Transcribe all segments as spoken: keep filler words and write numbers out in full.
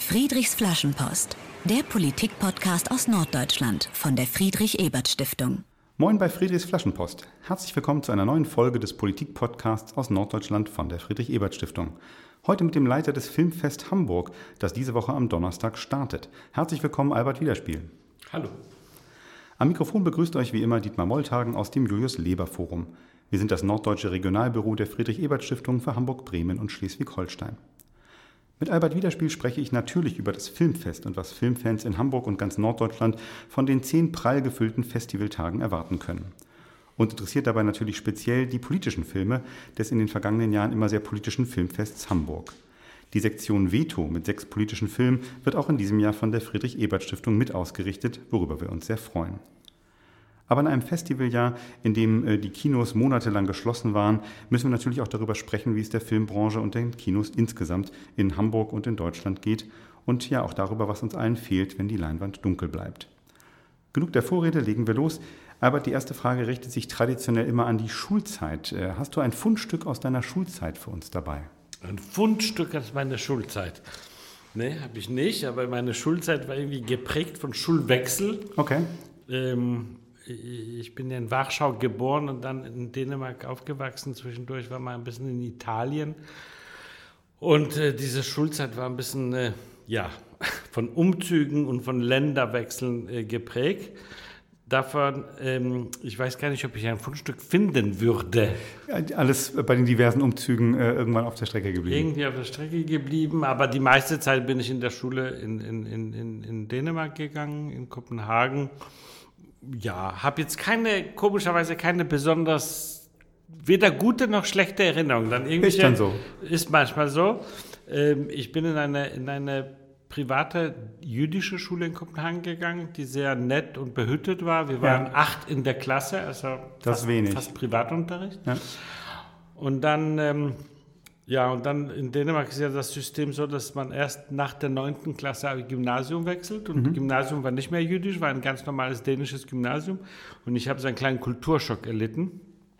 Friedrichs Flaschenpost, der Politik-Podcast aus Norddeutschland von der Friedrich-Ebert-Stiftung. Moin bei Friedrichs Flaschenpost. Herzlich willkommen zu einer neuen Folge des Politik-Podcasts aus Norddeutschland von der Friedrich-Ebert-Stiftung. Heute mit dem Leiter des Filmfest Hamburg, das diese Woche am Donnerstag startet. Herzlich willkommen, Albert Widerspiel. Hallo. Am Mikrofon begrüßt euch wie immer Dietmar Molltagen aus dem Julius-Leber-Forum. Wir sind das norddeutsche Regionalbüro der Friedrich-Ebert-Stiftung für Hamburg, Bremen und Schleswig-Holstein. Mit Albert Widerspiel spreche ich natürlich über das Filmfest und was Filmfans in Hamburg und ganz Norddeutschland von den zehn prall gefüllten Festivaltagen erwarten können. Und interessiert dabei natürlich speziell die politischen Filme des in den vergangenen Jahren immer sehr politischen Filmfests Hamburg. Die Sektion Veto mit sechs politischen Filmen wird auch in diesem Jahr von der Friedrich-Ebert-Stiftung mit ausgerichtet, worüber wir uns sehr freuen. Aber in einem Festivaljahr, in dem äh, die Kinos monatelang geschlossen waren, müssen wir natürlich auch darüber sprechen, wie es der Filmbranche und den Kinos insgesamt in Hamburg und in Deutschland geht und ja auch darüber, was uns allen fehlt, wenn die Leinwand dunkel bleibt. Genug der Vorrede, legen wir los. Albert, die erste Frage richtet sich traditionell immer an die Schulzeit. Äh, hast du ein Fundstück aus deiner Schulzeit für uns dabei? Ein Fundstück aus meiner Schulzeit? Nee, habe ich nicht, aber meine Schulzeit war irgendwie geprägt von Schulwechsel. Okay. Ähm, Ich bin ja in Warschau geboren und dann in Dänemark aufgewachsen. Zwischendurch war mal ein bisschen in Italien. Und äh, diese Schulzeit war ein bisschen äh, ja, von Umzügen und von Länderwechseln äh, geprägt. Davon, ähm, ich weiß gar nicht, ob ich ein Fundstück finden würde. Alles bei den diversen Umzügen äh, irgendwann auf der Strecke geblieben? Irgendwie auf der Strecke geblieben, aber die meiste Zeit bin ich in der Schule in, in, in, in Dänemark gegangen, in Kopenhagen. Ja, habe jetzt keine, komischerweise keine besonders, weder gute noch schlechte Erinnerung. Dann ist dann so. Ist manchmal so. Ähm, ich bin in eine, in eine private jüdische Schule in Kopenhagen gegangen, die sehr nett und behütet war. Wir waren ja. acht in der Klasse, also das fast, wenig. fast Privatunterricht. Ja. Und dann... Ähm, Ja, und dann in Dänemark ist ja das System so, dass man erst nach der neunten Klasse ein Gymnasium wechselt. Und mhm. Gymnasium war nicht mehr jüdisch, war ein ganz normales dänisches Gymnasium. Und ich habe so einen kleinen Kulturschock erlitten,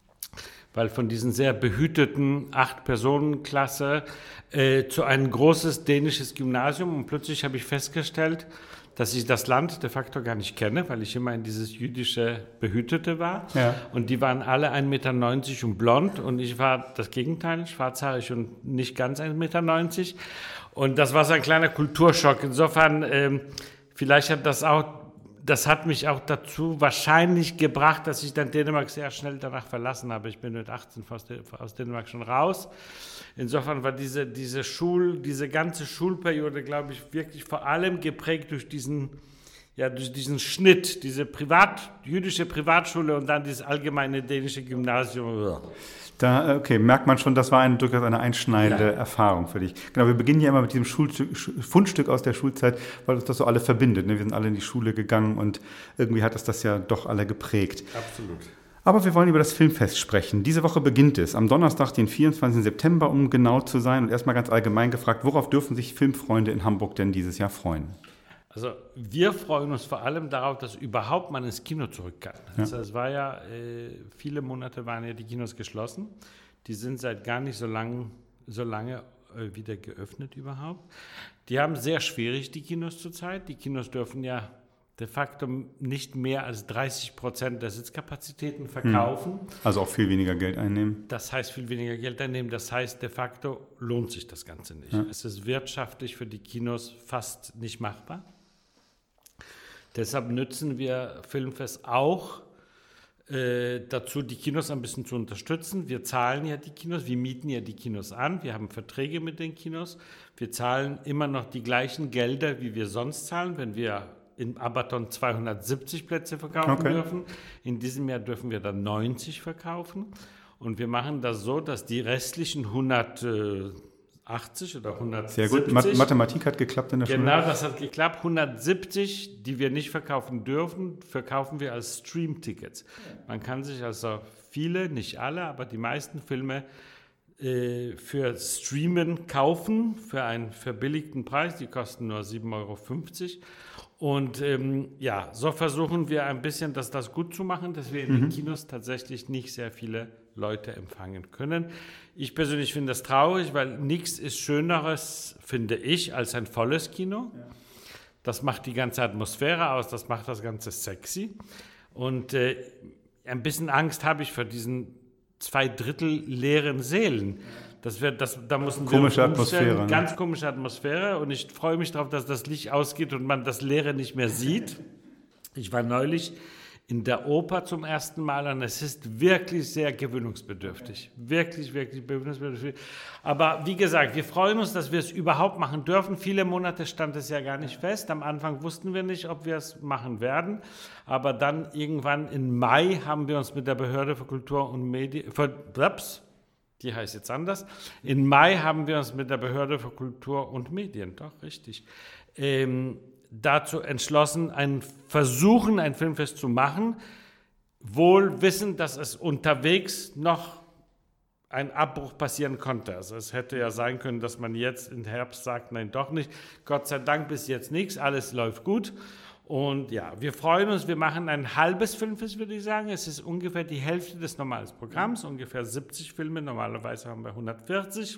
weil von diesen sehr behüteten Acht-Personen-Klasse äh, zu ein großes dänisches Gymnasium. Und plötzlich habe ich festgestellt, dass ich das Land de facto gar nicht kenne, weil ich immer in dieses jüdische Behütete war. Ja. Und die waren alle ein Meter neunzig und blond und ich war das Gegenteil, schwarzhaarig und nicht ganz ein Meter neunzig. Und das war so ein kleiner Kulturschock. Insofern, ähm, vielleicht hat das auch, das hat mich auch dazu wahrscheinlich gebracht, dass ich dann Dänemark sehr schnell danach verlassen habe. Ich bin mit achtzehn aus Dänemark schon raus. Insofern war diese, diese Schul, diese ganze Schulperiode, glaube ich, wirklich vor allem geprägt durch diesen, ja, durch diesen Schnitt, diese Privat, jüdische Privatschule und dann dieses allgemeine dänische Gymnasium. Da, okay, merkt man schon, das war eine, durchaus eine einschneidende ja. Erfahrung für dich. Genau, wir beginnen ja immer mit diesem Schulstück, Fundstück aus der Schulzeit, weil uns das so alle verbindet. Ne? Wir sind alle in die Schule gegangen und irgendwie hat es das ja doch alle geprägt. Absolut. Aber wir wollen über das Filmfest sprechen. Diese Woche beginnt es, am Donnerstag, den vierundzwanzigsten September, um genau zu sein. Und erstmal ganz allgemein gefragt, worauf dürfen sich Filmfreunde in Hamburg denn dieses Jahr freuen? Also wir freuen uns vor allem darauf, dass überhaupt man ins Kino zurück kann. Ja. Also es war ja, äh, viele Monate waren ja die Kinos geschlossen. Die sind seit gar nicht so lang, so lange äh, wieder geöffnet überhaupt. Die haben sehr schwierig, die Kinos zurzeit. Die Kinos dürfen ja de facto nicht mehr als dreißig Prozent der Sitzkapazitäten verkaufen. Also auch viel weniger Geld einnehmen. Das heißt, viel weniger Geld einnehmen. Das heißt, de facto lohnt sich das Ganze nicht. Ja. Es ist wirtschaftlich für die Kinos fast nicht machbar. Deshalb nützen wir Filmfest auch äh, dazu, die Kinos ein bisschen zu unterstützen. Wir zahlen ja die Kinos, wir mieten ja die Kinos an, wir haben Verträge mit den Kinos. Wir zahlen immer noch die gleichen Gelder, wie wir sonst zahlen, wenn wir in Abaton zweihundertsiebzig Plätze verkaufen okay. dürfen. In diesem Jahr dürfen wir dann neunzig verkaufen. Und wir machen das so, dass die restlichen hundertachtzig oder hundertsiebzig... Sehr gut, Math- Mathematik hat geklappt in der genau, Schule. Genau, das hat geklappt. hundertsiebzig, die wir nicht verkaufen dürfen, verkaufen wir als Stream-Tickets. Man kann sich also viele, nicht alle, aber die meisten Filme äh, für Streamen kaufen, für einen verbilligten Preis. Die kosten nur sieben Euro fünfzig. Und ähm, ja, so versuchen wir ein bisschen, das, das gut zu machen, dass wir in mhm. den Kinos tatsächlich nicht sehr viele Leute empfangen können. Ich persönlich finde das traurig, weil nichts ist Schöneres, finde ich, als ein volles Kino. Ja. Das macht die ganze Atmosphäre aus, das macht das Ganze sexy. Und äh, ein bisschen Angst habe ich vor diesen zwei Drittel leeren Sälen. Das wird, das, da müssen wir komische Atmosphäre, ne? Ganz komische Atmosphäre. Und ich freue mich darauf, dass das Licht ausgeht und man das Leere nicht mehr sieht. Ich war neulich in der Oper zum ersten Mal und es ist wirklich sehr gewöhnungsbedürftig. Wirklich, wirklich gewöhnungsbedürftig. Aber wie gesagt, wir freuen uns, dass wir es überhaupt machen dürfen. Viele Monate stand es ja gar nicht fest. Am Anfang wussten wir nicht, ob wir es machen werden. Aber dann irgendwann im Mai haben wir uns mit der Behörde für Kultur und Medien, für, ups, die heißt jetzt anders. Im Mai haben wir uns mit der Behörde für Kultur und Medien, doch richtig, ähm, dazu entschlossen, ein Versuchen, ein Filmfest zu machen, wohl wissend, dass es unterwegs noch ein Abbruch passieren konnte. Also es hätte ja sein können, dass man jetzt im Herbst sagt, nein, doch nicht. Gott sei Dank bis jetzt nichts, alles läuft gut. Und ja, wir freuen uns, wir machen ein halbes Filmfest, würde ich sagen. Es ist ungefähr die Hälfte des normalen Programms, ungefähr siebzig Filme, normalerweise haben wir hundertvierzig.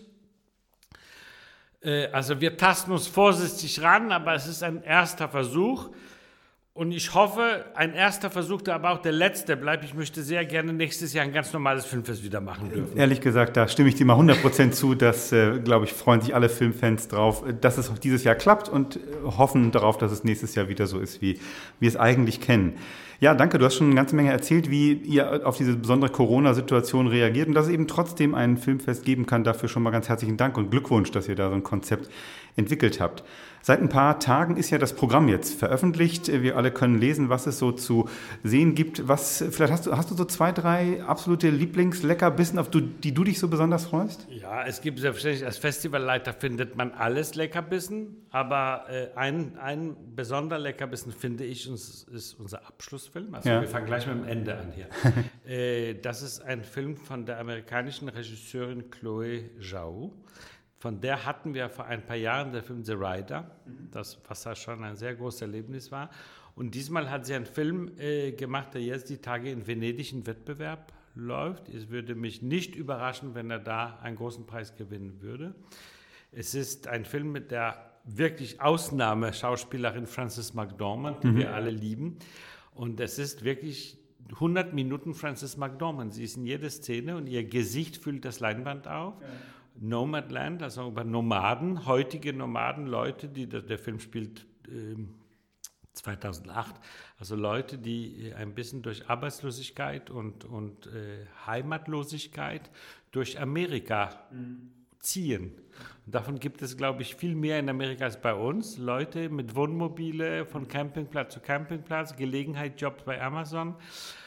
Also wir tasten uns vorsichtig ran, aber es ist ein erster Versuch und ich hoffe, ein erster Versuch, der aber auch der letzte bleibt. Ich möchte sehr gerne nächstes Jahr ein ganz normales Filmfest wieder machen dürfen. Ehrlich gesagt, da stimme ich dir mal hundert Prozent zu. Das, äh, glaube ich, freuen sich alle Filmfans drauf, dass es dieses Jahr klappt und hoffen darauf, dass es nächstes Jahr wieder so ist, wie wir es eigentlich kennen. Ja, danke. Du hast schon eine ganze Menge erzählt, wie ihr auf diese besondere Corona-Situation reagiert und dass es eben trotzdem ein Filmfest geben kann. Dafür schon mal ganz herzlichen Dank und Glückwunsch, dass ihr da so ein Konzept entwickelt habt. Seit ein paar Tagen ist ja das Programm jetzt veröffentlicht. Wir alle können lesen, was es so zu sehen gibt. Was, vielleicht hast du, hast du so zwei, drei absolute Lieblingsleckerbissen, auf die, die du dich so besonders freust? Ja, es gibt selbstverständlich, als Festivalleiter findet man alles Leckerbissen, aber äh, ein, ein besonderer Leckerbissen, finde ich, ist unser Abschlussfilm. Also ja. Wir fangen gleich mit dem Ende an hier. äh, das ist ein Film von der amerikanischen Regisseurin Chloe Zhao. Von der hatten wir vor ein paar Jahren den Film The Rider, das, was ja schon ein sehr großes Erlebnis war. Und diesmal hat sie einen Film äh, gemacht, der jetzt die Tage in Venedig in Wettbewerb läuft. Es würde mich nicht überraschen, wenn er da einen großen Preis gewinnen würde. Es ist ein Film mit der wirklich Ausnahmeschauspielerin Frances McDormand, die mhm. wir alle lieben. Und es ist wirklich hundert Minuten Frances McDormand. Sie ist in jeder Szene und ihr Gesicht füllt das Leinwand auf. Ja. Nomadland, also über Nomaden, heutige Nomaden, Leute, die, der Film spielt äh, zweitausendacht, also Leute, die ein bisschen durch Arbeitslosigkeit und, und äh, Heimatlosigkeit durch Amerika mhm. ziehen. Und davon gibt es, glaube ich, viel mehr in Amerika als bei uns. Leute mit Wohnmobile von Campingplatz zu Campingplatz, Gelegenheitsjobs bei Amazon.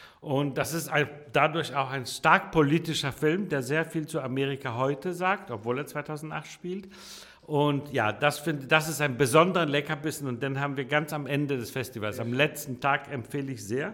Und das ist ein, dadurch auch ein stark politischer Film, der sehr viel zu Amerika heute sagt, obwohl er zweitausendacht spielt. Und ja, das, find, das ist ein besonderer Leckerbissen und den haben wir ganz am Ende des Festivals. Am letzten Tag empfehle ich sehr.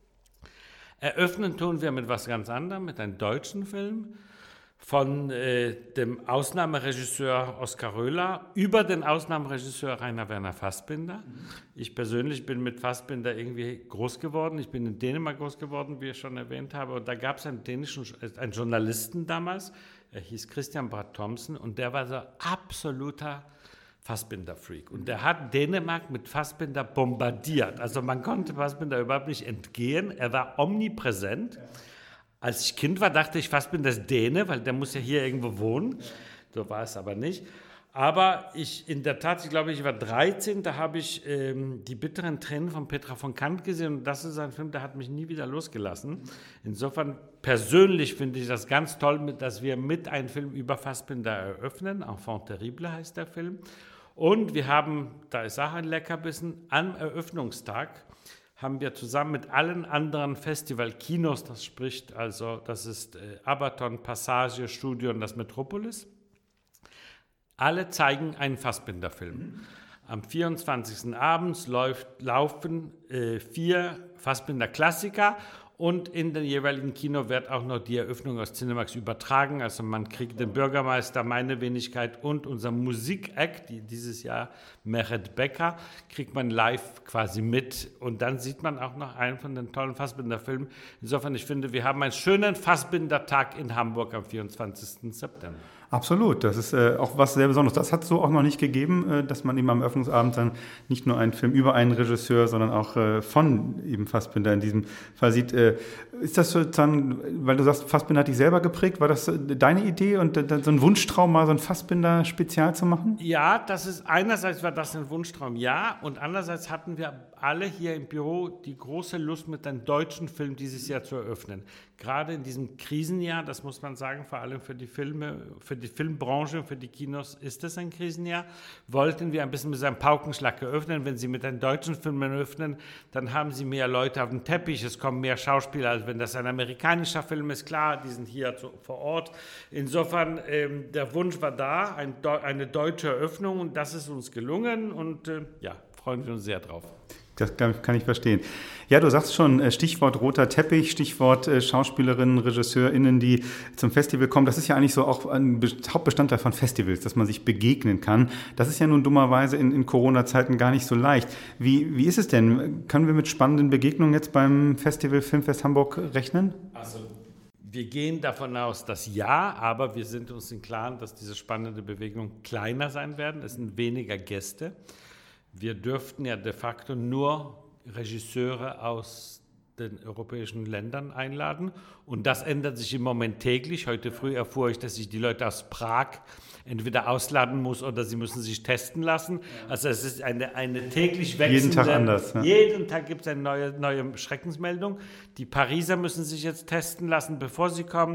Eröffnen tun wir mit was ganz anderem, mit einem deutschen Film von äh, dem Ausnahmeregisseur Oskar Röhler über den Ausnahmeregisseur Rainer Werner Fassbinder. Mhm. Ich persönlich bin mit Fassbinder irgendwie groß geworden. Ich bin in Dänemark groß geworden, wie ich schon erwähnt habe. Und da gab es einen dänischen einen Journalisten damals, er hieß Christian Bratt Thomsen und der war so absoluter Fassbinder-Freak. Und der hat Dänemark mit Fassbinder bombardiert. Also man konnte Fassbinder überhaupt nicht entgehen. Er war omnipräsent. Ja. Als ich Kind war, dachte ich, Fassbinder ist Däne, weil der muss ja hier irgendwo wohnen. So war es aber nicht. Aber ich, in der Tat, ich glaube, ich war dreizehn, da habe ich ähm, die bitteren Tränen von Petra von Kant gesehen. Und das ist ein Film, der hat mich nie wieder losgelassen. Insofern persönlich finde ich das ganz toll, dass wir mit einem Film über Fassbinder eröffnen. Enfant terrible heißt der Film. Und wir haben, da ist auch ein Leckerbissen, am Eröffnungstag haben wir zusammen mit allen anderen Festivalkinos, das spricht also, das ist äh, Abaton, Passage, Studio und das Metropolis, alle zeigen einen Fassbinder-Film. Mhm. Am vierundzwanzigsten abends läuft, laufen äh, vier Fassbinder-Klassiker Und in den jeweiligen Kino wird auch noch die Eröffnung aus Cinemax übertragen. Also man kriegt den Bürgermeister, meine Wenigkeit und unser Musik-Act, die dieses Jahr Meret Becker, kriegt man live quasi mit. Und dann sieht man auch noch einen von den tollen Fassbinder-Filmen. Insofern, ich finde, wir haben einen schönen Fassbinder-Tag in Hamburg am vierundzwanzigsten September. Absolut, das ist äh, auch was sehr Besonderes. Das hat es so auch noch nicht gegeben, äh, dass man eben am Eröffnungsabend dann nicht nur einen Film über einen Regisseur, sondern auch äh, von eben Fassbinder in diesem Fall sieht. Äh, ist das sozusagen, weil du sagst, Fassbinder hat dich selber geprägt, war das äh, deine Idee und äh, so ein Wunschtraum, mal so ein Fassbinder-Spezial zu machen? Ja, das ist, einerseits war das ein Wunschtraum, ja, und andererseits hatten wir alle hier im Büro die große Lust, mit einem deutschen Film dieses Jahr zu eröffnen. Gerade in diesem Krisenjahr, das muss man sagen, vor allem für die Filme, für die Filmbranche, für die Kinos ist es ein Krisenjahr, wollten wir ein bisschen mit einem Paukenschlag eröffnen. Wenn Sie mit einem deutschen Film eröffnen, dann haben Sie mehr Leute auf dem Teppich, es kommen mehr Schauspieler, als wenn das ein amerikanischer Film ist. Klar, die sind hier zu, vor Ort. Insofern, ähm, der Wunsch war da, ein, eine deutsche Eröffnung, und das ist uns gelungen, und äh, ja, freuen wir uns sehr drauf. Das kann ich verstehen. Ja, du sagst schon, Stichwort roter Teppich, Stichwort Schauspielerinnen, RegisseurInnen, die zum Festival kommen. Das ist ja eigentlich so auch ein Hauptbestandteil von Festivals, dass man sich begegnen kann. Das ist ja nun dummerweise in, in Corona-Zeiten gar nicht so leicht. Wie, wie ist es denn? Können wir mit spannenden Begegnungen jetzt beim Festival Filmfest Hamburg rechnen? Also wir gehen davon aus, dass ja, aber wir sind uns im Klaren, dass diese spannende Bewegung kleiner sein werden. Es sind weniger Gäste. Wir dürften ja de facto nur Regisseure aus den europäischen Ländern einladen, und das ändert sich im Moment täglich. Heute früh erfuhr ich, dass ich die Leute aus Prag entweder ausladen muss oder sie müssen sich testen lassen. Also es ist eine, eine täglich wechselnde... Jeden Tag anders. Ja. Jeden Tag gibt es eine neue, neue Schreckensmeldung. Die Pariser müssen sich jetzt testen lassen, bevor sie kommen.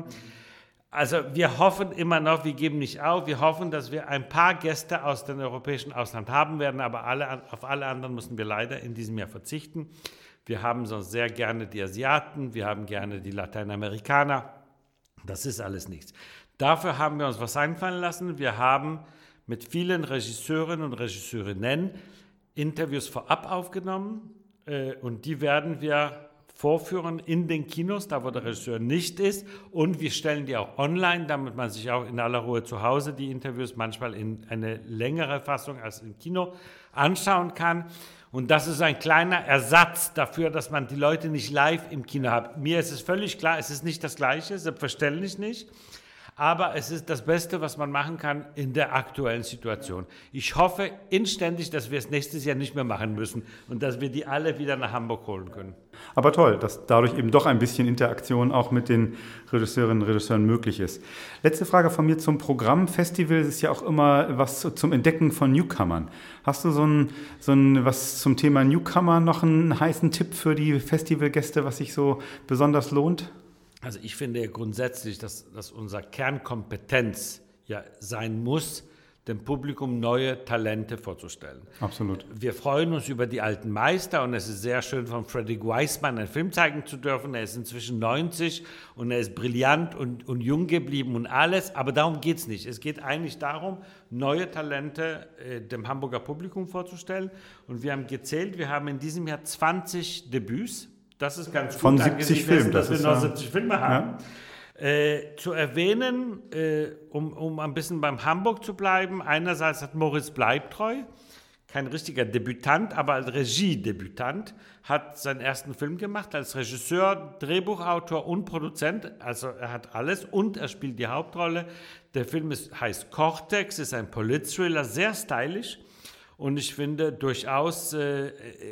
Also wir hoffen immer noch, wir geben nicht auf, wir hoffen, dass wir ein paar Gäste aus dem europäischen Ausland haben werden, aber alle, auf alle anderen müssen wir leider in diesem Jahr verzichten. Wir haben sonst sehr gerne die Asiaten, wir haben gerne die Lateinamerikaner, das ist alles nichts. Dafür haben wir uns was einfallen lassen. Wir haben mit vielen Regisseuren und Regisseurinnen Interviews vorab aufgenommen, äh, und die werden wir vorführen in den Kinos, da wo der Regisseur nicht ist, und wir stellen die auch online, damit man sich auch in aller Ruhe zu Hause die Interviews manchmal in eine längere Fassung als im Kino anschauen kann. Und das ist ein kleiner Ersatz dafür, dass man die Leute nicht live im Kino hat. Mir ist es völlig klar, es ist nicht das Gleiche, selbstverständlich nicht. Aber es ist das Beste, was man machen kann in der aktuellen Situation. Ich hoffe inständig, dass wir es nächstes Jahr nicht mehr machen müssen und dass wir die alle wieder nach Hamburg holen können. Aber toll, dass dadurch eben doch ein bisschen Interaktion auch mit den Regisseurinnen und Regisseuren möglich ist. Letzte Frage von mir zum Programm. Festival ist ja auch immer was zum Entdecken von Newcomern. Hast du so ein, so ein was zum Thema Newcomer, noch einen heißen Tipp für die Festivalgäste, was sich so besonders lohnt? Also ich finde ja grundsätzlich, dass, dass unsere Kernkompetenz ja sein muss, dem Publikum neue Talente vorzustellen. Absolut. Wir freuen uns über die alten Meister, und es ist sehr schön, von Frederick Wiseman einen Film zeigen zu dürfen. Er ist inzwischen neunzig und er ist brillant und, und jung geblieben und alles, aber darum geht es nicht. Es geht eigentlich darum, neue Talente äh, dem Hamburger Publikum vorzustellen, und wir haben gezählt, wir haben in diesem Jahr zwanzig Debüts. Das ist ganz gut, von siebzig Filmen, dass das wir noch ja, siebzig Filme haben. Ja. Äh, zu erwähnen, äh, um, um ein bisschen beim Hamburg zu bleiben, einerseits hat Moritz Bleibtreu, kein richtiger Debütant, aber als Regiedebütant, hat seinen ersten Film gemacht, als Regisseur, Drehbuchautor und Produzent, also er hat alles, und er spielt die Hauptrolle. Der Film ist, heißt Cortex, ist ein Polit-Thriller, sehr stylisch. Und ich finde durchaus äh,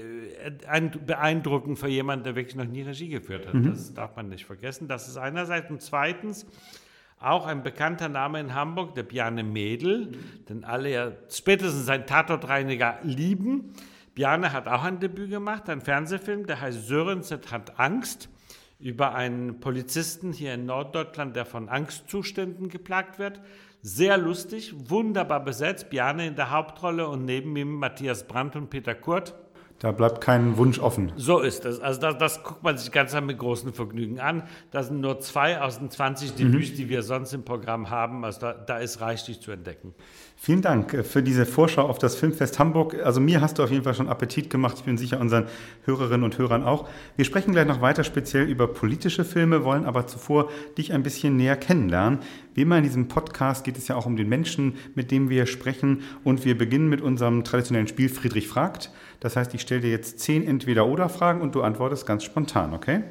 beeindruckend für jemanden, der wirklich noch nie Regie geführt hat. Mhm. Das darf man nicht vergessen. Das ist einerseits. Und zweitens auch ein bekannter Name in Hamburg, der Bjarne Mädel, den alle ja spätestens seinen Tatortreiniger lieben. Bjarne hat auch ein Debüt gemacht, einen Fernsehfilm, der heißt Sörensen hat Angst, über einen Polizisten hier in Norddeutschland, der von Angstzuständen geplagt wird. Sehr lustig, wunderbar besetzt, Bjarne in der Hauptrolle und neben ihm Matthias Brandt und Peter Kurt. Da bleibt kein Wunsch offen. So ist es. Also das, das guckt man sich ganz mit großem Vergnügen an. Das sind nur zwei aus den zwanzig Debüts, mhm. die wir sonst im Programm haben. Also da, da ist reichlich zu entdecken. Vielen Dank für diese Vorschau auf das Filmfest Hamburg. Also mir hast du auf jeden Fall schon Appetit gemacht. Ich bin sicher unseren Hörerinnen und Hörern auch. Wir sprechen gleich noch weiter speziell über politische Filme, wollen aber zuvor dich ein bisschen näher kennenlernen. Wie immer in diesem Podcast geht es ja auch um den Menschen, mit dem wir sprechen. Und wir beginnen mit unserem traditionellen Spiel Friedrich fragt. Das heißt, ich stelle dir jetzt zehn Entweder-Oder-Fragen und du antwortest ganz spontan, okay?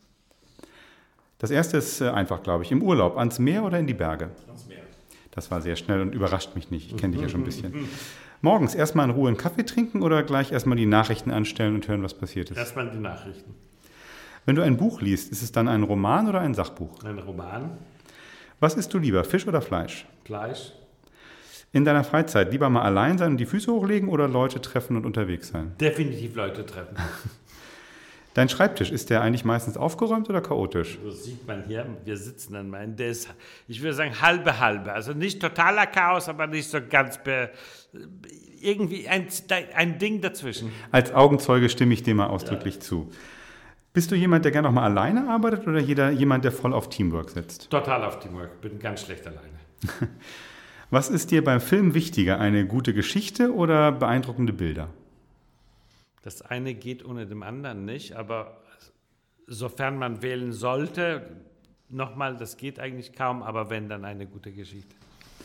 Das erste ist einfach, glaube ich, im Urlaub. Ans Meer oder in die Berge? Ans Meer. Das war sehr schnell und überrascht mich nicht. Ich kenne dich ja schon ein bisschen. Morgens erstmal in Ruhe einen Kaffee trinken oder gleich erstmal die Nachrichten anstellen und hören, was passiert ist? Erstmal die Nachrichten. Wenn du ein Buch liest, ist es dann ein Roman oder ein Sachbuch? Ein Roman. Was isst du lieber, Fisch oder Fleisch? Fleisch. In deiner Freizeit lieber mal allein sein und die Füße hochlegen oder Leute treffen und unterwegs sein? Definitiv Leute treffen. Dein Schreibtisch, ist der eigentlich meistens aufgeräumt oder chaotisch? Das sieht man hier, wir sitzen an meinem, der ist, ich würde sagen, halbe, halbe. Also nicht totaler Chaos, aber nicht so ganz, be, irgendwie ein, ein Ding dazwischen. Als Augenzeuge stimme ich dem mal ausdrücklich ja. zu. Bist du jemand, der gerne noch mal alleine arbeitet oder jeder, jemand, der voll auf Teamwork setzt? Total auf Teamwork, bin ganz schlecht alleine. Was ist dir beim Film wichtiger, eine gute Geschichte oder beeindruckende Bilder? Das eine geht ohne dem anderen nicht, aber sofern man wählen sollte, nochmal, das geht eigentlich kaum, aber wenn, dann eine gute Geschichte.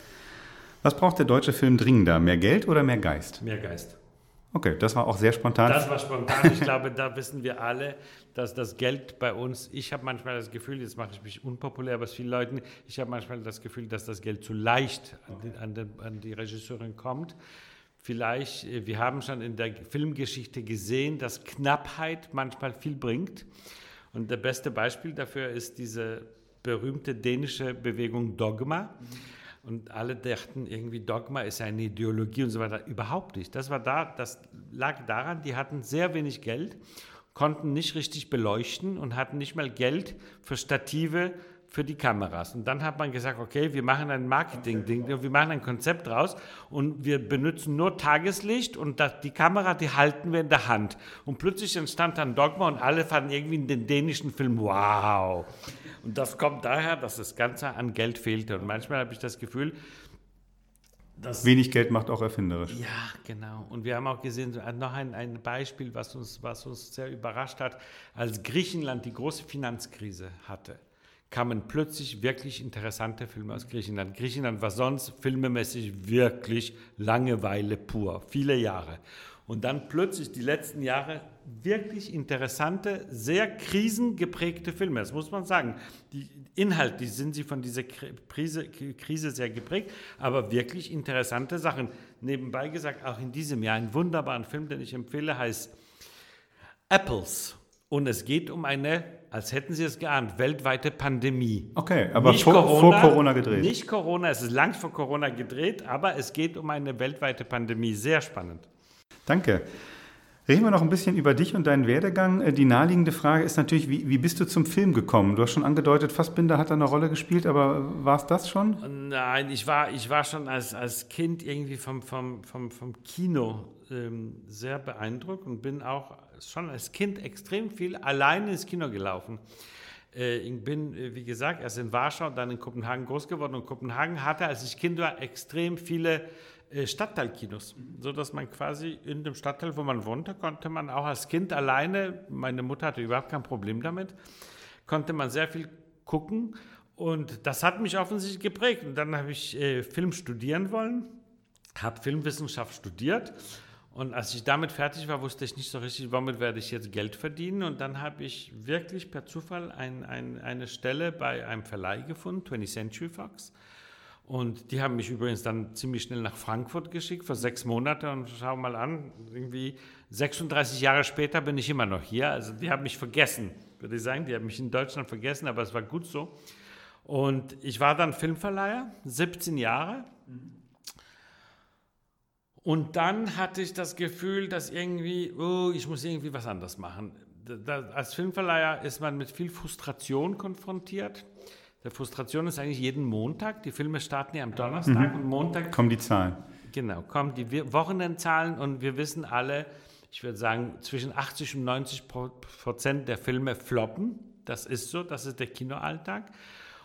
Was braucht der deutsche Film dringender, mehr Geld oder mehr Geist? Mehr Geist. Okay, das war auch sehr spontan. Das war spontan. Ich glaube, da wissen wir alle, dass das Geld bei uns, ich habe manchmal das Gefühl, jetzt mache ich mich unpopulär bei vielen Leuten, ich habe manchmal das Gefühl, dass das Geld zu leicht an die, an den, an die Regisseurin kommt. Vielleicht, wir haben schon in der Filmgeschichte gesehen, dass Knappheit manchmal viel bringt. Und das beste Beispiel dafür ist diese berühmte dänische Bewegung Dogma. Und alle dachten irgendwie, Dogma ist eine Ideologie und so weiter. Überhaupt nicht. Das war da, das lag daran, die hatten sehr wenig Geld, konnten nicht richtig beleuchten und hatten nicht mal Geld für Stative für die Kameras. Und dann hat man gesagt, okay, wir machen ein Marketing-Ding, wir machen ein Konzept draus und wir benutzen nur Tageslicht und das, die Kamera, die halten wir in der Hand. Und plötzlich entstand dann Dogma und alle fanden irgendwie den dänischen Film, wow. Und das kommt daher, dass das Ganze an Geld fehlte. Und manchmal habe ich das Gefühl, dass... Wenig Geld macht auch erfinderisch. Ja, genau. Und wir haben auch gesehen, noch ein, ein Beispiel, was uns, was uns sehr überrascht hat, als Griechenland die große Finanzkrise hatte, kamen plötzlich wirklich interessante Filme aus Griechenland. Griechenland war sonst filmemäßig wirklich Langeweile pur, viele Jahre. Und dann plötzlich die letzten Jahre wirklich interessante, sehr krisengeprägte Filme. Das muss man sagen. Die inhaltlich sind sie von dieser Krise, Krise sehr geprägt, aber wirklich interessante Sachen. Nebenbei gesagt, auch in diesem Jahr einen wunderbaren Film, den ich empfehle, heißt Apples. Und es geht um eine, als hätten Sie es geahnt, weltweite Pandemie. Okay, aber nicht vor Corona, vor Corona gedreht. Nicht Corona, es ist lang vor Corona gedreht, aber es geht um eine weltweite Pandemie. Sehr spannend. Danke. Reden wir noch ein bisschen über dich und deinen Werdegang. Die naheliegende Frage ist natürlich, wie, wie bist du zum Film gekommen? Du hast schon angedeutet, Fassbinder hat da eine Rolle gespielt, aber war es das schon? Nein, ich war, ich war schon als, als Kind irgendwie vom, vom, vom, vom Kino ähm, sehr beeindruckt und bin auch schon als Kind extrem viel alleine ins Kino gelaufen. Äh, ich bin, wie gesagt, erst in Warschau, dann in Kopenhagen groß geworden und Kopenhagen hatte, als ich Kind war, extrem viele Stadtteilkinos, sodass man quasi in dem Stadtteil, wo man wohnte, konnte man auch als Kind alleine, meine Mutter hatte überhaupt kein Problem damit, konnte man sehr viel gucken und das hat mich offensichtlich geprägt. Und dann habe ich äh, Film studieren wollen, habe Filmwissenschaft studiert und als ich damit fertig war, wusste ich nicht so richtig, womit werde ich jetzt Geld verdienen und dann habe ich wirklich per Zufall ein, ein, eine Stelle bei einem Verleih gefunden, twentieth Century Fox. Und die haben mich übrigens dann ziemlich schnell nach Frankfurt geschickt, für sechs Monate. Und schau mal an, irgendwie sechsunddreißig Jahre später bin ich immer noch hier. Also die haben mich vergessen, würde ich sagen. Die haben mich in Deutschland vergessen, aber es war gut so. Und ich war dann Filmverleiher, siebzehn Jahre. Und dann hatte ich das Gefühl, dass irgendwie, oh, ich muss irgendwie was anderes machen. Da, als Filmverleiher ist man mit viel Frustration konfrontiert. Der Frustration ist eigentlich jeden Montag. Die Filme starten ja am Donnerstag mhm. und Montag kommen die Zahlen. Genau, kommen die Wochenendzahlen und wir wissen alle, ich würde sagen, zwischen achtzig und neunzig Prozent der Filme floppen. Das ist so, das ist der Kinoalltag.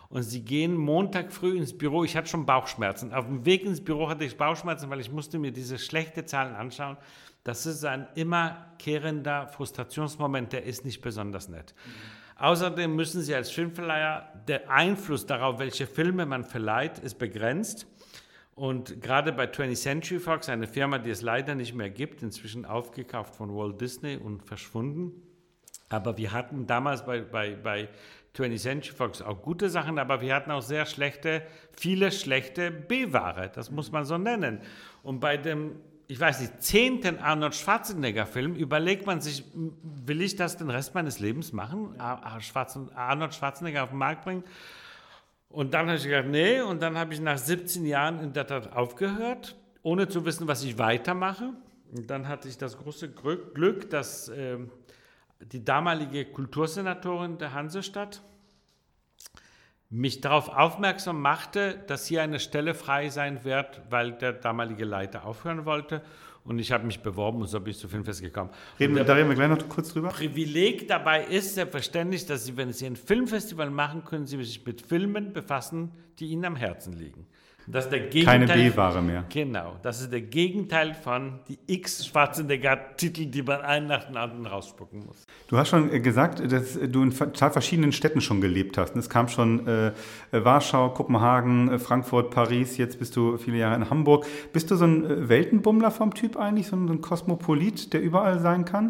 und sie gehen Montag früh ins Büro. Ich hatte schon Bauchschmerzen. Auf dem Weg ins Büro hatte ich Bauchschmerzen, weil ich musste mir diese schlechten Zahlen anschauen. Das ist ein immerkehrender Frustrationsmoment, der ist nicht besonders nett. Mhm. Außerdem müssen Sie als Filmverleiher, der Einfluss darauf, welche Filme man verleiht, ist begrenzt. Und gerade bei twentieth Century Fox, eine Firma, die es leider nicht mehr gibt, inzwischen aufgekauft von Walt Disney und verschwunden. Aber wir hatten damals bei, bei, bei twentieth Century Fox auch gute Sachen, aber wir hatten auch sehr schlechte, viele schlechte B-Ware, das muss man so nennen. Und bei dem, ich weiß nicht, zehnten Arnold Schwarzenegger-Film überlegt man sich, will ich das den Rest meines Lebens machen, Arnold Schwarzenegger auf den Markt bringen? Und dann habe ich gedacht, nee, und dann habe ich nach siebzehn Jahren in der Tat aufgehört, ohne zu wissen, was ich weitermache. Und dann hatte ich das große Glück, dass äh, die damalige Kultursenatorin der Hansestadt mich darauf aufmerksam machte, dass hier eine Stelle frei sein wird, weil der damalige Leiter aufhören wollte. Und ich habe mich beworben und so bin ich zu Filmfest gekommen. Reden, da reden wir gleich noch kurz drüber. Privileg dabei ist selbstverständlich, dass Sie, wenn Sie ein Filmfestival machen, können Sie sich mit Filmen befassen, die Ihnen am Herzen liegen. Das ist der Gegenteil, keine B-Ware mehr. Genau, das ist der Gegenteil von die x Schwarzenegger-Titel, die man einen nach dem anderen rausspucken muss. Du hast schon gesagt, dass du in total verschiedenen Städten schon gelebt hast. Es kam schon äh, Warschau, Kopenhagen, Frankfurt, Paris, jetzt bist du viele Jahre in Hamburg. Bist du so ein Weltenbummler vom Typ eigentlich, so ein Kosmopolit, der überall sein kann?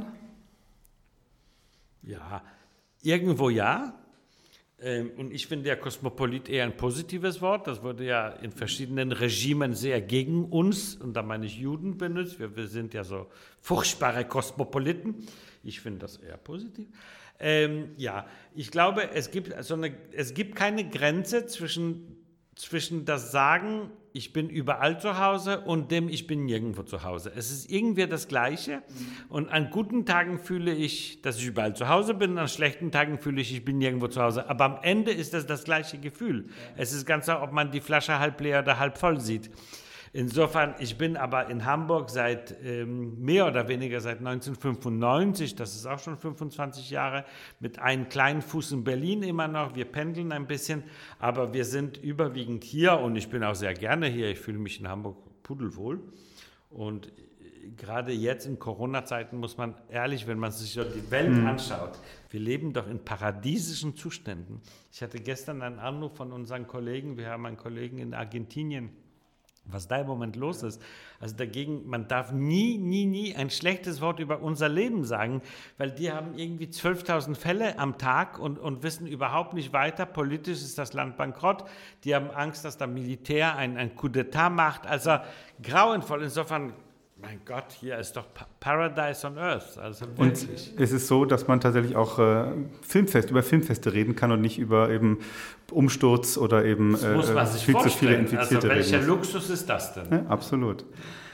Ja, irgendwo ja. Und ich finde ja Kosmopolit eher ein positives Wort. Das wurde ja in verschiedenen Regimen sehr gegen uns, und da meine ich Juden, benutzt. Wir, wir sind ja so furchtbare Kosmopoliten. Ich finde das eher positiv. Ähm, ja, ich glaube, es gibt, so eine, es gibt keine Grenze zwischen, zwischen das Sagen, ich bin überall zu Hause, und dem, ich bin nirgendwo zu Hause. Es ist irgendwie das Gleiche. Und an guten Tagen fühle ich, dass ich überall zu Hause bin, an schlechten Tagen fühle ich, ich bin nirgendwo zu Hause. Aber am Ende ist das das gleiche Gefühl. Ja. Es ist ganz klar, ob man die Flasche halb leer oder halb voll sieht. Insofern, ich bin aber in Hamburg seit ähm, mehr oder weniger seit neunzehnhundertfünfundneunzig, das ist auch schon fünfundzwanzig Jahre, mit einem kleinen Fuß in Berlin immer noch. Wir pendeln ein bisschen, aber wir sind überwiegend hier, und ich bin auch sehr gerne hier. Ich fühle mich in Hamburg pudelwohl. Und gerade jetzt in Corona-Zeiten muss man ehrlich, wenn man sich so die Welt mhm. anschaut, wir leben doch in paradiesischen Zuständen. Ich hatte gestern einen Anruf von unseren Kollegen, wir haben einen Kollegen in Argentinien, was da im Moment los ist. Also dagegen, man darf nie, nie, nie ein schlechtes Wort über unser Leben sagen, weil die haben irgendwie zwölftausend Fälle am Tag und, und wissen überhaupt nicht weiter. Politisch ist das Land bankrott. Die haben Angst, dass der Militär ein, ein Coup d'etat macht. Also grauenvoll. Insofern, mein Gott, hier ist doch Paradise on Earth. Also wirklich. Und es ist so, dass man tatsächlich auch äh, Filmfest, über Filmfeste reden kann und nicht über eben Umsturz oder eben äh, muss man sich viel vorstellen. zu viele Infizierte also welcher reden. Luxus ist das denn? Ja, absolut.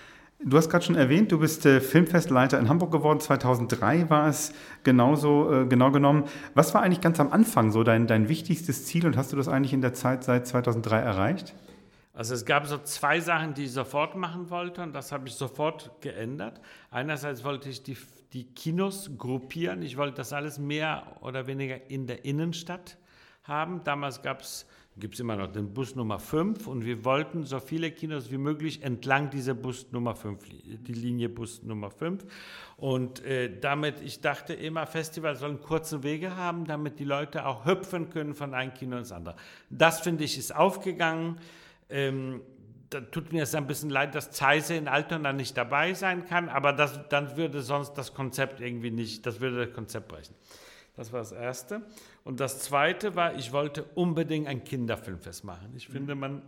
Du hast gerade schon erwähnt, du bist äh, Filmfestleiter in Hamburg geworden. zweitausenddrei war es genauso, äh, genau genommen. Was war eigentlich ganz am Anfang so dein, dein wichtigstes Ziel, und hast du das eigentlich in der Zeit seit zweitausenddrei erreicht? Also es gab so zwei Sachen, die ich sofort machen wollte, und das habe ich sofort geändert. Einerseits wollte ich die, die Kinos gruppieren. Ich wollte das alles mehr oder weniger in der Innenstadt haben. Damals gab es, gibt es immer noch den Bus Nummer fünf, und wir wollten so viele Kinos wie möglich entlang dieser Bus Nummer fünf, die Linie Bus Nummer fünf. Und äh, damit, ich dachte immer, Festivals sollen kurze Wege haben, damit die Leute auch hüpfen können von einem Kino ins andere. Das, finde ich, ist aufgegangen. Ähm, da tut mir es ein bisschen leid, dass Zeise in Altona nicht dabei sein kann, aber das, dann würde sonst das Konzept irgendwie nicht, das würde das Konzept brechen. Das war das Erste. Und das Zweite war, ich wollte unbedingt ein Kinderfilmfest machen. Ich mhm. finde, man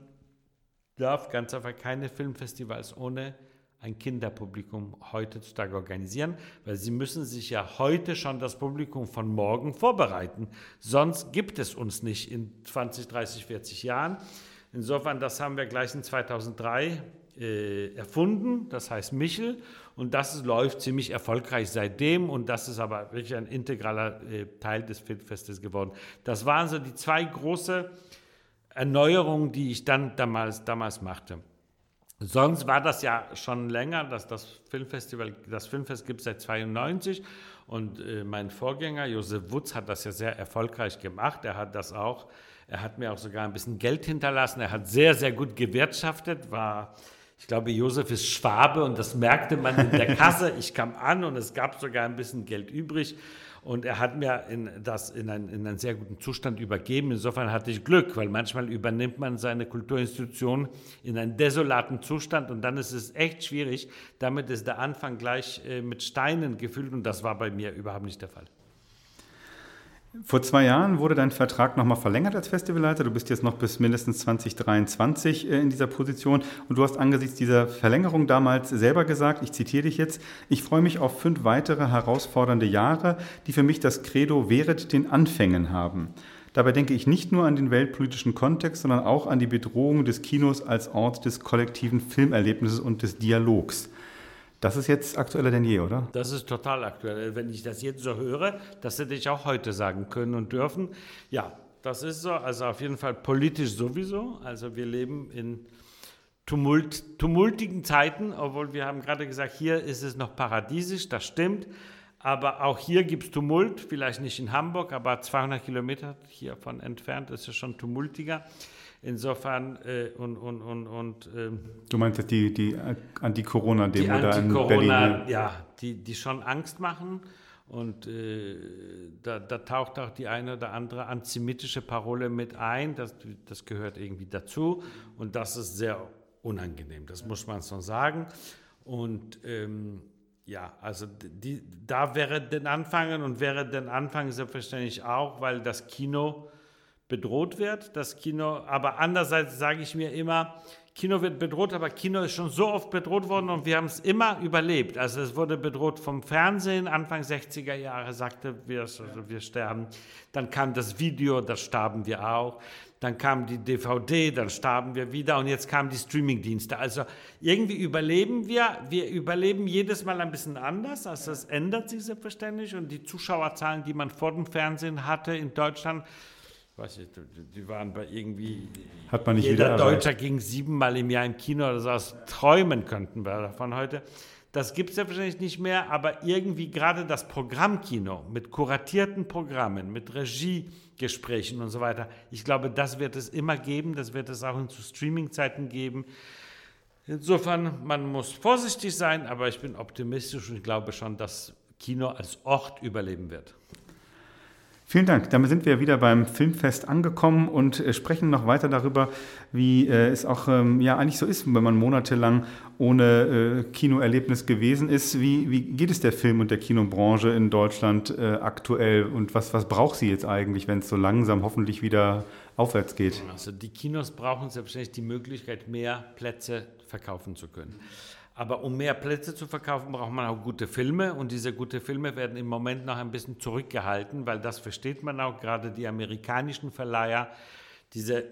darf ganz einfach keine Filmfestivals ohne ein Kinderpublikum heutzutage organisieren, weil sie müssen sich ja heute schon das Publikum von morgen vorbereiten. Sonst gibt es uns nicht in zwanzig, dreißig, vierzig Jahren. Insofern, das haben wir gleich in zweitausenddrei äh, erfunden, das heißt Michel, und das ist, läuft ziemlich erfolgreich seitdem, und das ist aber wirklich ein integraler äh, Teil des Filmfestes geworden. Das waren so die zwei große Erneuerungen, die ich dann damals, damals machte. Sonst war das ja schon länger, dass das Filmfestival, das Filmfest gibt es seit zweiundneunzig, und äh, mein Vorgänger Josef Wutz hat das ja sehr erfolgreich gemacht. Er hat das auch Er hat mir auch sogar ein bisschen Geld hinterlassen. Er hat sehr, sehr gut gewirtschaftet, war, ich glaube, Josef ist Schwabe und das merkte man in der Kasse. Ich kam an und es gab sogar ein bisschen Geld übrig. Und er hat mir in, das in, ein, in einen sehr guten Zustand übergeben. Insofern hatte ich Glück, weil manchmal übernimmt man seine Kulturinstitution in einen desolaten Zustand und dann ist es echt schwierig. Damit ist der Anfang gleich äh, mit Steinen gefüllt und das war bei mir überhaupt nicht der Fall. Vor zwei Jahren wurde dein Vertrag nochmal verlängert als Festivalleiter. Du bist jetzt noch bis mindestens zwanzig dreiundzwanzig in dieser Position. Und du hast angesichts dieser Verlängerung damals selber gesagt, ich zitiere dich jetzt, ich freue mich auf fünf weitere herausfordernde Jahre, die für mich das Credo Wehret den Anfängen haben. Dabei denke ich nicht nur an den weltpolitischen Kontext, sondern auch an die Bedrohung des Kinos als Ort des kollektiven Filmerlebnisses und des Dialogs. Das ist jetzt aktueller denn je, oder? Das ist total aktuell. Wenn ich das jetzt so höre, das hätte ich auch heute sagen können und dürfen. Ja, das ist so. Also auf jeden Fall politisch sowieso. Also wir leben in tumult, tumultigen Zeiten, obwohl wir haben gerade gesagt, hier ist es noch paradiesisch, das stimmt. Aber auch hier gibt es Tumult, vielleicht nicht in Hamburg, aber zweihundert Kilometer hiervon entfernt ist es schon tumultiger. Insofern äh, und und und und ähm, du meinst jetzt die die Anti-Corona-Demo da in Anti-Corona, Berlin? Ja, ja die, die schon Angst machen und äh, da, da taucht auch die eine oder andere antisemitische Parole mit ein, das, das gehört irgendwie dazu und das ist sehr unangenehm, das muss man so sagen und ähm, ja, also die, da wäre den Anfangen und wäre den Anfang selbstverständlich auch, weil das Kino bedroht wird, das Kino, aber andererseits sage ich mir immer, Kino wird bedroht, aber Kino ist schon so oft bedroht worden und wir haben es immer überlebt. Also es wurde bedroht vom Fernsehen, Anfang sechziger Jahre sagte, wir, also wir sterben. Dann kam das Video, da starben wir auch. Dann kam die D V D, dann starben wir wieder und jetzt kamen die Streamingdienste. Also irgendwie überleben wir, wir überleben jedes Mal ein bisschen anders, also es ändert sich selbstverständlich und die Zuschauerzahlen, die man vor dem Fernsehen hatte in Deutschland, weiß ich, die waren bei irgendwie, hat man nicht jeder wieder Deutscher erreicht. Ging siebenmal im Jahr im Kino oder so, aus träumen könnten wir davon heute. Das gibt es ja wahrscheinlich nicht mehr, aber irgendwie gerade das Programmkino mit kuratierten Programmen, mit Regiegesprächen und so weiter, ich glaube, das wird es immer geben, das wird es auch in zu Streaming-Zeiten geben. Insofern, man muss vorsichtig sein, aber ich bin optimistisch und ich glaube schon, dass Kino als Ort überleben wird. Vielen Dank. Damit sind wir wieder beim Filmfest angekommen und äh, sprechen noch weiter darüber, wie äh, es auch ähm, ja, eigentlich so ist, wenn man monatelang ohne äh, Kinoerlebnis gewesen ist. Wie, wie geht es der Film- und der Kinobranche in Deutschland äh, aktuell und was, was braucht sie jetzt eigentlich, wenn es so langsam hoffentlich wieder aufwärts geht? Also die Kinos brauchen selbstverständlich die Möglichkeit, mehr Plätze verkaufen zu können. Aber um mehr Plätze zu verkaufen, braucht man auch gute Filme und diese guten Filme werden im Moment noch ein bisschen zurückgehalten, weil das versteht man auch, gerade die amerikanischen Verleiher, diese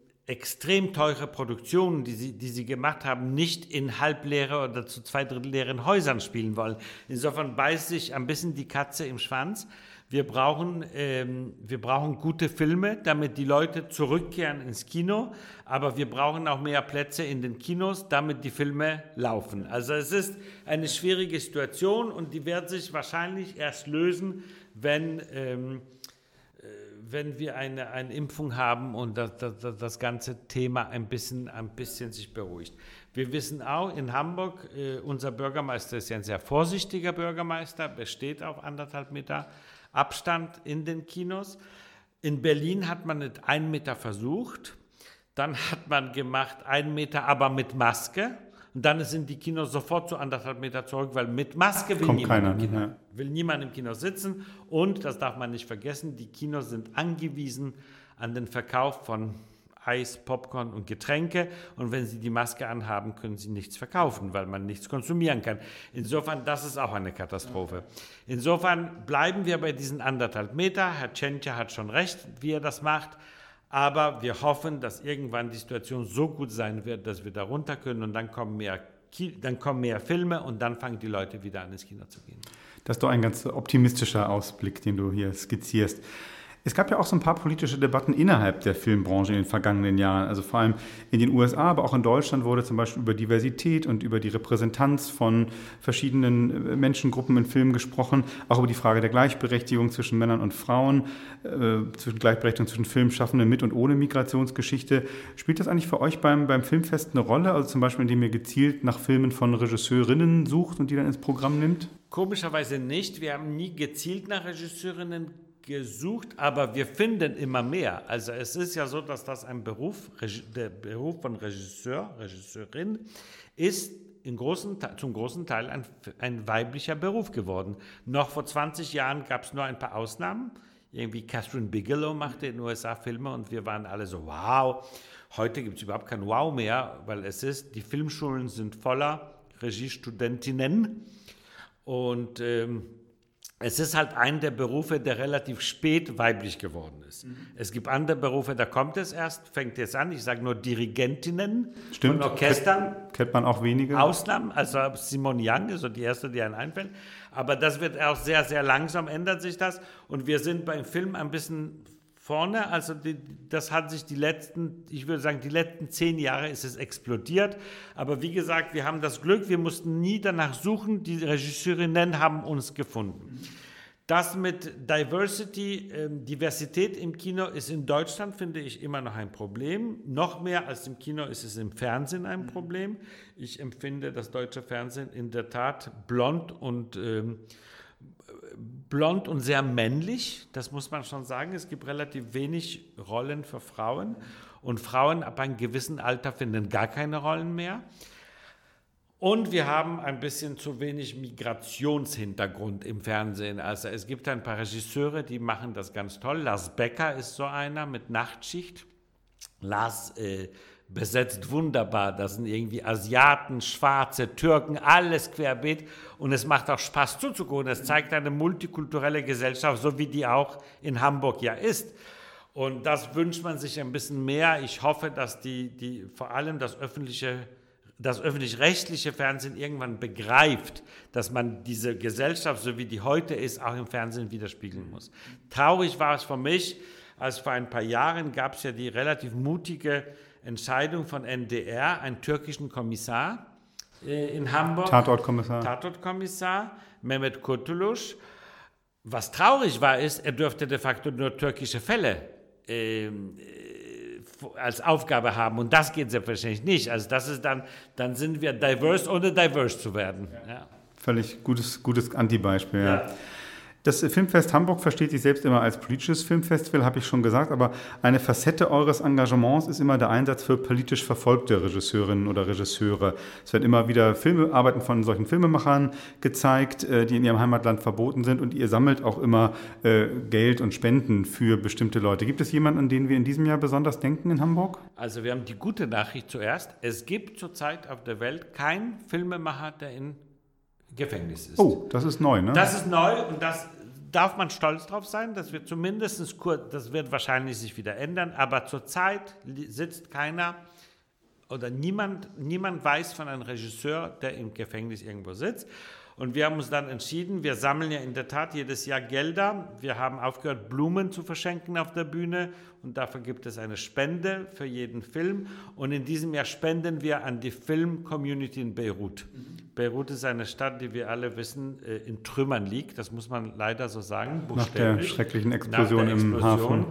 extrem teure Produktionen, die sie, die sie gemacht haben, nicht in halbleere oder zu zwei Drittel leeren Häusern spielen wollen. Insofern beißt sich ein bisschen die Katze im Schwanz. Wir brauchen, ähm, wir brauchen gute Filme, damit die Leute zurückkehren ins Kino, aber wir brauchen auch mehr Plätze in den Kinos, damit die Filme laufen. Also es ist eine schwierige Situation und die wird sich wahrscheinlich erst lösen, wenn, ähm, äh, wenn wir eine, eine Impfung haben und das, das, das ganze Thema ein bisschen, ein bisschen sich beruhigt. Wir wissen auch in Hamburg, äh, unser Bürgermeister ist ja ein sehr vorsichtiger Bürgermeister, besteht auf anderthalb Meter Abstand in den Kinos. In Berlin hat man mit einem Meter versucht, dann hat man gemacht einen Meter, aber mit Maske. Und dann sind die Kinos sofort zu anderthalb Meter zurück, weil mit Maske will Kommt niemand, keiner, im Kino, ja. will niemand im Kino sitzen. Und, das darf man nicht vergessen, die Kinos sind angewiesen an den Verkauf von Eis, Popcorn und Getränke. Und wenn Sie die Maske anhaben, können Sie nichts verkaufen, weil man nichts konsumieren kann. Insofern, das ist auch eine Katastrophe. Insofern bleiben wir bei diesen anderthalb Meter. Herr Tschentcher hat schon recht, wie er das macht. Aber wir hoffen, dass irgendwann die Situation so gut sein wird, dass wir da runter können und dann kommen mehr, Ki- dann kommen mehr Filme und dann fangen die Leute wieder an, ins Kino zu gehen. Das ist doch ein ganz optimistischer Ausblick, den du hier skizzierst. Es gab ja auch so ein paar politische Debatten innerhalb der Filmbranche in den vergangenen Jahren. Also vor allem in den U S A, aber auch in Deutschland wurde zum Beispiel über Diversität und über die Repräsentanz von verschiedenen Menschengruppen in Filmen gesprochen. Auch über die Frage der Gleichberechtigung zwischen Männern und Frauen, äh, zwischen Gleichberechtigung zwischen Filmschaffenden mit und ohne Migrationsgeschichte. Spielt das eigentlich für euch beim, beim Filmfest eine Rolle? Also zum Beispiel, indem ihr gezielt nach Filmen von Regisseurinnen sucht und die dann ins Programm nimmt? Komischerweise nicht. Wir haben nie gezielt nach Regisseurinnen gesucht, aber wir finden immer mehr. Also es ist ja so, dass das ein Beruf, der Beruf von Regisseur, Regisseurin ist in großen, zum großen Teil ein, ein weiblicher Beruf geworden. Noch vor zwanzig Jahren gab es nur ein paar Ausnahmen. Irgendwie Catherine Bigelow machte in den U S A Filme und wir waren alle so, wow. Heute gibt es überhaupt kein Wow mehr, weil es ist, die Filmschulen sind voller Regiestudentinnen und ähm, es ist halt einer der Berufe, der relativ spät weiblich geworden ist. Mhm. Es gibt andere Berufe, da kommt es erst, fängt jetzt an, ich sage nur Dirigentinnen. Stimmt. Von Orchestern. Kennt, kennt man auch wenige. Ausnahmen, also Simone Young ist so die erste, die einem einfällt. Aber das wird auch sehr, sehr langsam, ändert sich das. Und wir sind beim Film ein bisschen vorne, also die, das hat sich die letzten, ich würde sagen, die letzten zehn Jahre ist es explodiert. Aber wie gesagt, wir haben das Glück, wir mussten nie danach suchen, die Regisseurinnen haben uns gefunden. Das mit Diversity, äh, Diversität im Kino ist in Deutschland, finde ich, immer noch ein Problem. Noch mehr als im Kino ist es im Fernsehen ein Problem. Ich empfinde das deutsche Fernsehen in der Tat blond und ähm, blond und sehr männlich, das muss man schon sagen. Es gibt relativ wenig Rollen für Frauen und Frauen ab einem gewissen Alter finden gar keine Rollen mehr. Und wir haben ein bisschen zu wenig Migrationshintergrund im Fernsehen. Also es gibt ein paar Regisseure, die machen das ganz toll. Lars Becker ist so einer mit Nachtschicht. Lars äh, besetzt wunderbar. Das sind irgendwie Asiaten, Schwarze, Türken, alles querbeet. Und es macht auch Spaß zuzugucken. Es zeigt eine multikulturelle Gesellschaft, so wie die auch in Hamburg ja ist. Und das wünscht man sich ein bisschen mehr. Ich hoffe, dass die, die vor allem das öffentliche das öffentlich-rechtliche Fernsehen irgendwann begreift, dass man diese Gesellschaft, so wie die heute ist, auch im Fernsehen widerspiegeln muss. Traurig war es für mich, als vor ein paar Jahren gab es ja die relativ mutige Entscheidung von N D R, einen türkischen Kommissar äh, in Hamburg. Tatortkommissar. Tatortkommissar, Mehmet Kurtuluş. Was traurig war, ist, er durfte de facto nur türkische Fälle äh, als Aufgabe haben und das geht selbstverständlich nicht. Also das ist dann, dann sind wir diverse, ohne diverse zu werden. Ja. Völlig gutes, gutes Antibeispiel. Ja. Ja. Das Filmfest Hamburg versteht sich selbst immer als politisches Filmfestival, habe ich schon gesagt, aber eine Facette eures Engagements ist immer der Einsatz für politisch verfolgte Regisseurinnen oder Regisseure. Es werden immer wieder Filmearbeiten von solchen Filmemachern gezeigt, die in ihrem Heimatland verboten sind und ihr sammelt auch immer äh, Geld und Spenden für bestimmte Leute. Gibt es jemanden, an den wir in diesem Jahr besonders denken in Hamburg? Also wir haben die gute Nachricht zuerst. Es gibt zurzeit auf der Welt keinen Filmemacher, der in Gefängnis ist. Oh, das ist neu, ne? Das ist neu und das darf man stolz drauf sein, dass wir zumindest kurz, das wird wahrscheinlich sich wieder ändern, aber zurzeit sitzt keiner oder niemand, niemand weiß von einem Regisseur, der im Gefängnis irgendwo sitzt. Und wir haben uns dann entschieden, wir sammeln ja in der Tat jedes Jahr Gelder. Wir haben aufgehört, Blumen zu verschenken auf der Bühne und dafür gibt es eine Spende für jeden Film. Und in diesem Jahr spenden wir an die Film-Community in Beirut. Mhm. Beirut ist eine Stadt, die wir alle wissen, in Trümmern liegt. Das muss man leider so sagen. Nach der schrecklichen Explosion, Nach der im Hafen.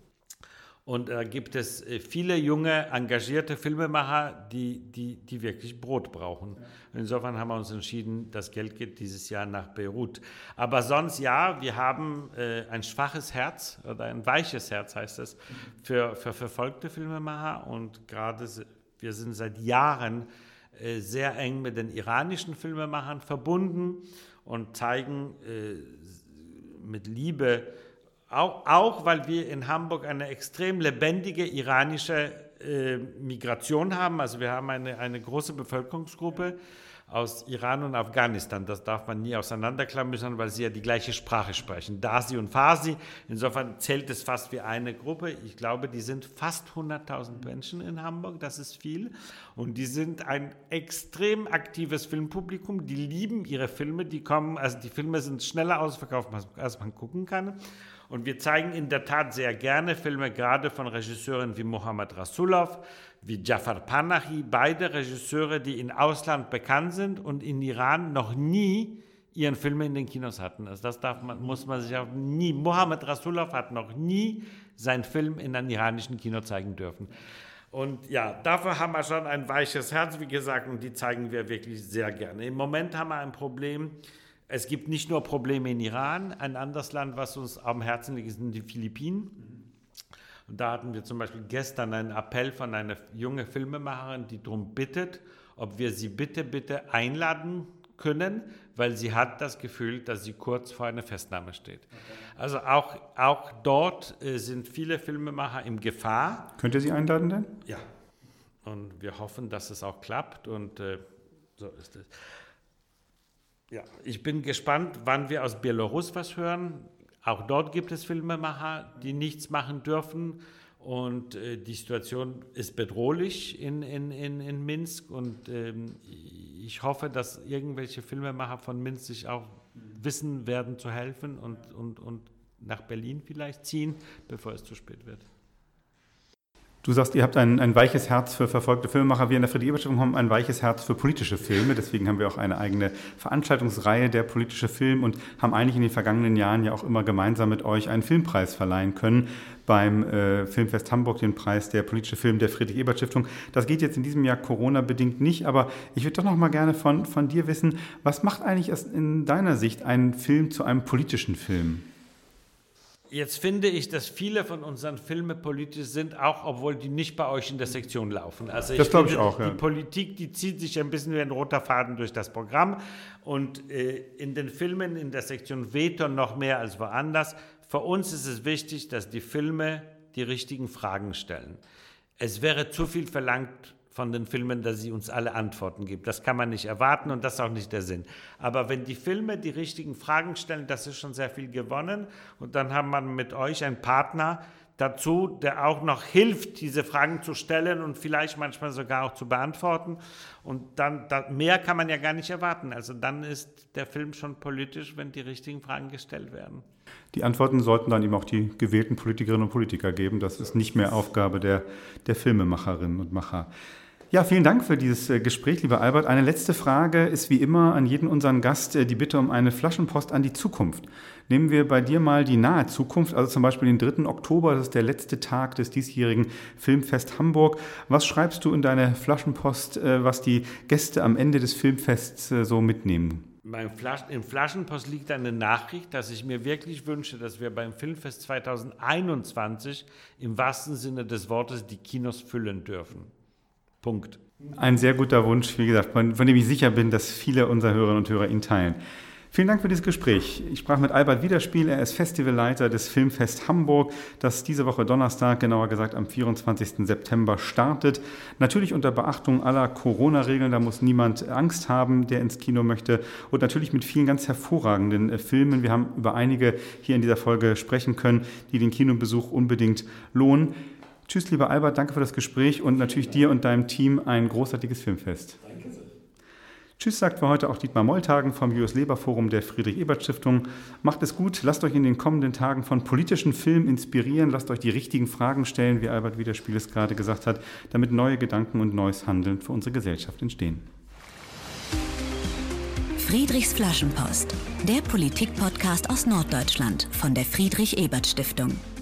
Und da äh, gibt es äh, viele junge, engagierte Filmemacher, die, die, die wirklich Brot brauchen. Ja. Insofern haben wir uns entschieden, das Geld geht dieses Jahr nach Beirut. Aber sonst ja, wir haben äh, ein schwaches Herz oder ein weiches Herz heißt es, für, für verfolgte Filmemacher. Und gerade wir sind seit Jahren äh, sehr eng mit den iranischen Filmemachern verbunden und zeigen äh, mit Liebe, Auch, auch weil wir in Hamburg eine extrem lebendige iranische äh, Migration haben. Also wir haben eine, eine große Bevölkerungsgruppe aus Iran und Afghanistan. Das darf man nie auseinanderklamüsern, weil sie ja die gleiche Sprache sprechen. Darsi und Farsi. Insofern zählt es fast wie eine Gruppe. Ich glaube, die sind fast hunderttausend Menschen in Hamburg. Das ist viel. Und die sind ein extrem aktives Filmpublikum. Die lieben ihre Filme. Die kommen, also die Filme sind schneller ausverkauft, als man gucken kann. Und wir zeigen in der Tat sehr gerne Filme, gerade von Regisseuren wie Mohammad Rasulov, wie Jafar Panahi, beide Regisseure, die im Ausland bekannt sind und in Iran noch nie ihren Film in den Kinos hatten. Also das darf man, muss man sich auch nie, Mohammad Rasulov hat noch nie seinen Film in einem iranischen Kino zeigen dürfen. Und ja, dafür haben wir schon ein weiches Herz, wie gesagt, und die zeigen wir wirklich sehr gerne. Im Moment haben wir ein Problem. Es gibt nicht nur Probleme in Iran, ein anderes Land, was uns am Herzen liegt, sind die Philippinen. Und da hatten wir zum Beispiel gestern einen Appell von einer jungen Filmemacherin, die darum bittet, ob wir sie bitte, bitte einladen können, weil sie hat das Gefühl, dass sie kurz vor einer Festnahme steht. Okay. Also auch, auch dort äh, sind viele Filmemacher in Gefahr. Könnt ihr sie einladen denn? Ja. Und wir hoffen, dass es auch klappt und äh, so ist es. Ja, ich bin gespannt, wann wir aus Belarus was hören. Auch dort gibt es Filmemacher, die nichts machen dürfen. Und äh, die Situation ist bedrohlich in, in, in, in Minsk. Und ähm, ich hoffe, dass irgendwelche Filmemacher von Minsk sich auch wissen werden zu helfen und, und, und nach Berlin vielleicht ziehen, bevor es zu spät wird. Du sagst, ihr habt ein, ein weiches Herz für verfolgte Filmemacher. Wir in der Friedrich-Ebert-Stiftung haben ein weiches Herz für politische Filme. Deswegen haben wir auch eine eigene Veranstaltungsreihe, der politische Film, und haben eigentlich in den vergangenen Jahren ja auch immer gemeinsam mit euch einen Filmpreis verleihen können. Beim äh, Filmfest Hamburg den Preis der politische Film der Friedrich-Ebert-Stiftung. Das geht jetzt in diesem Jahr Corona-bedingt nicht, aber ich würde doch noch mal gerne von, von dir wissen, was macht eigentlich in deiner Sicht einen Film zu einem politischen Film? Jetzt finde ich, dass viele von unseren Filmen politisch sind, auch obwohl die nicht bei euch in der Sektion laufen. Also ich das glaube ich finde, auch, ja. Die Politik, die zieht sich ein bisschen wie ein roter Faden durch das Programm. Und äh, in den Filmen in der Sektion Veto noch mehr als woanders. Für uns ist es wichtig, dass die Filme die richtigen Fragen stellen. Es wäre zu viel verlangt von den Filmen, dass sie uns alle Antworten gibt. Das kann man nicht erwarten und das ist auch nicht der Sinn. Aber wenn die Filme die richtigen Fragen stellen, das ist schon sehr viel gewonnen. Und dann haben wir mit euch einen Partner dazu, der auch noch hilft, diese Fragen zu stellen und vielleicht manchmal sogar auch zu beantworten. Und dann, da, mehr kann man ja gar nicht erwarten. Also dann ist der Film schon politisch, wenn die richtigen Fragen gestellt werden. Die Antworten sollten dann eben auch die gewählten Politikerinnen und Politiker geben. Das ist nicht mehr Aufgabe der, der Filmemacherinnen und Macher. Ja, vielen Dank für dieses Gespräch, lieber Albert. Eine letzte Frage ist wie immer an jeden unseren Gast die Bitte um eine Flaschenpost an die Zukunft. Nehmen wir bei dir mal die nahe Zukunft, also zum Beispiel den dritten Oktober, das ist der letzte Tag des diesjährigen Filmfest Hamburg. Was schreibst du in deine Flaschenpost, was die Gäste am Ende des Filmfests so mitnehmen? Mein Flasch- Im Flaschenpost liegt eine Nachricht, dass ich mir wirklich wünsche, dass wir beim Filmfest zwanzig einundzwanzig im wahrsten Sinne des Wortes die Kinos füllen dürfen. Punkt. Ein sehr guter Wunsch, wie gesagt, von, von dem ich sicher bin, dass viele unserer Hörerinnen und Hörer ihn teilen. Vielen Dank für dieses Gespräch. Ich sprach mit Albert Widerspiel, er ist Festivalleiter des Filmfest Hamburg, das diese Woche Donnerstag, genauer gesagt am vierundzwanzigsten September startet. Natürlich unter Beachtung aller Corona-Regeln, da muss niemand Angst haben, der ins Kino möchte. Und natürlich mit vielen ganz hervorragenden Filmen. Wir haben über einige hier in dieser Folge sprechen können, die den Kinobesuch unbedingt lohnen. Tschüss, lieber Albert, danke für das Gespräch und natürlich dir und deinem Team ein großartiges Filmfest. Danke sehr. Tschüss, sagt für heute auch Dietmar Molltagen vom Julius Leber Forum der Friedrich-Ebert-Stiftung. Macht es gut, lasst euch in den kommenden Tagen von politischen Filmen inspirieren, lasst euch die richtigen Fragen stellen, wie Albert Widerspiel es gerade gesagt hat, damit neue Gedanken und neues Handeln für unsere Gesellschaft entstehen. Friedrichs Flaschenpost, der Politik-Podcast aus Norddeutschland von der Friedrich-Ebert-Stiftung.